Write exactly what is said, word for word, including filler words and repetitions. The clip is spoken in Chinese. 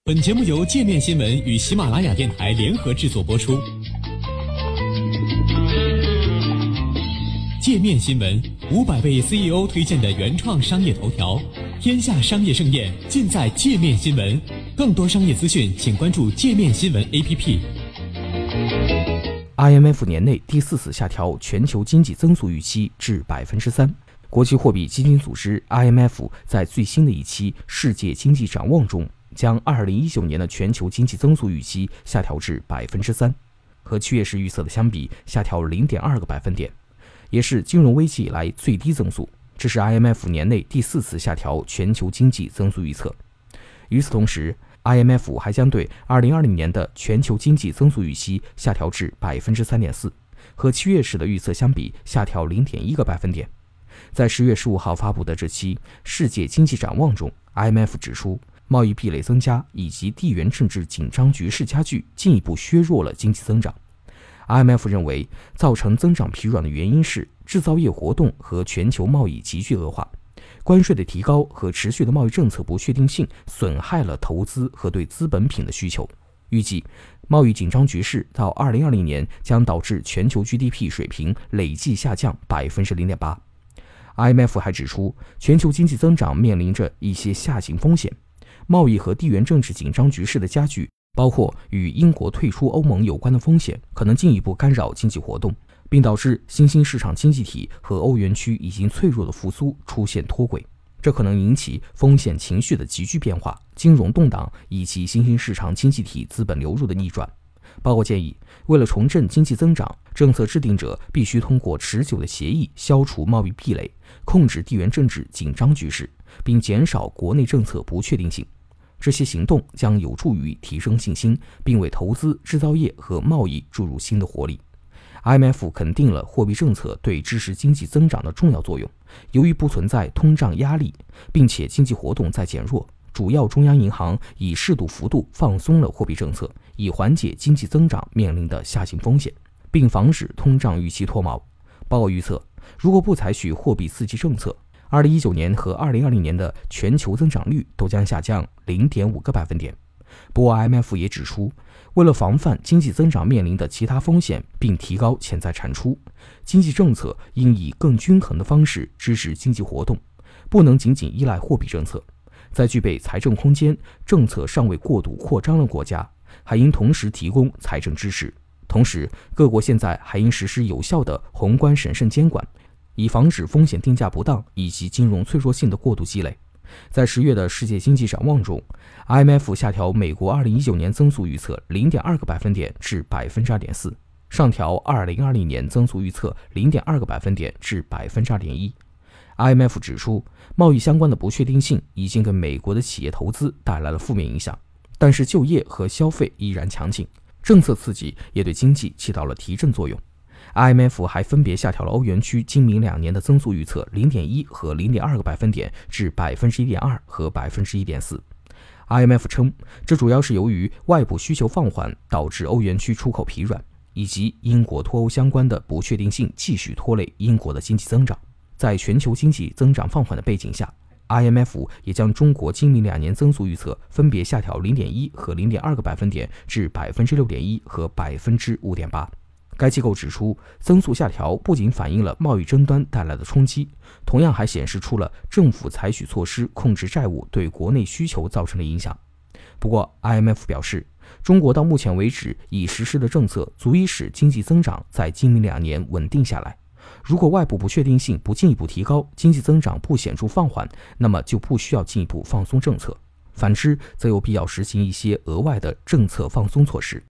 本节目由界面新闻与喜马拉雅电台联合制作播出。界面新闻五百位 C E O 推荐的原创商业头条，天下商业盛宴尽在界面新闻。更多商业资讯，请关注界面新闻 A P P。I M F 年内第四次下调全球经济增速预期至百分之三。国际货币基金组织 I M F 在最新的一期世界经济展望中，将二零一九年的全球经济增速预期下调至百分之三，和七月时预测的相比，下调 零点二个百分点，也是金融危机以来最低增速。这是 I M F 年内第四次下调全球经济增速预测。与此同时， I M F 还将对二零二零年的全球经济增速预期下调至 百分之三点四， 和七月时的预测相比，下调 零点一个百分点。在十月十五号发布的这期世界经济展望中， I M F 指出，贸易壁垒增加以及地缘政治紧张局势加剧进一步削弱了经济增长。 I M F 认为，造成增长疲软的原因是制造业活动和全球贸易急剧恶化，关税的提高和持续的贸易政策不确定性损害了投资和对资本品的需求。预计贸易紧张局势到二零二零年将导致全球 G D P 水平累计下降 百分之零点八。 I M F 还指出，全球经济增长面临着一些下行风险，贸易和地缘政治紧张局势的加剧，包括与英国退出欧盟有关的风险，可能进一步干扰经济活动，并导致新兴市场经济体和欧元区已经脆弱的复苏出现脱轨。这可能引起风险情绪的急剧变化、金融动荡以及新兴市场经济体资本流入的逆转。报告建议，为了重振经济增长，政策制定者必须通过持久的协议消除贸易壁垒，控制地缘政治紧张局势，并减少国内政策不确定性。这些行动将有助于提升信心，并为投资、制造业和贸易注入新的活力。I M F 肯定了货币政策对支持经济增长的重要作用。由于不存在通胀压力，并且经济活动在减弱，主要中央银行以适度幅度放松了货币政策，以缓解经济增长面临的下行风险，并防止通胀预期脱锚。报告预测，如果不采取货币刺激政策，二零一九年和二零二零年的全球增长率都将下降 零点五个百分点。不过 I M F 也指出，为了防范经济增长面临的其他风险并提高潜在产出，经济政策应以更均衡的方式支持经济活动，不能仅仅依赖货币政策。在具备财政空间、政策尚未过度扩张的国家，还应同时提供财政支持。同时，各国现在还应实施有效的宏观审慎监管，以防止风险定价不当以及金融脆弱性的过度积累。在十月的世界经济展望中， I M F 下调美国二零一九年增速预测 零点二个百分点至 百分之二点四， 上调二零二零年增速预测 零点二个百分点至 百分之二点一。 I M F 指出，贸易相关的不确定性已经给美国的企业投资带来了负面影响，但是就业和消费依然强劲，政策刺激也对经济起到了提振作用。I M F 还分别下调了欧元区今明两年的增速预测 零点一 和 零点二个百分点至 百分之一点二 和 百分之一点四。 I M F 称，这主要是由于外部需求放缓导致欧元区出口疲软，以及英国脱欧相关的不确定性继续拖累英国的经济增长。在全球经济增长放缓的背景下， I M F 也将中国今明两年增速预测分别下调 零点一 和 零点二个百分点至 百分之六点一 和 百分之五点八。该机构指出，增速下调不仅反映了贸易争端带来的冲击，同样还显示出了政府采取措施控制债务对国内需求造成的影响。不过 I M F 表示，中国到目前为止已实施的政策足以使经济增长在今明两年稳定下来。如果外部不确定性不进一步提高，经济增长不显著放缓，那么就不需要进一步放松政策，反之则有必要实行一些额外的政策放松措施。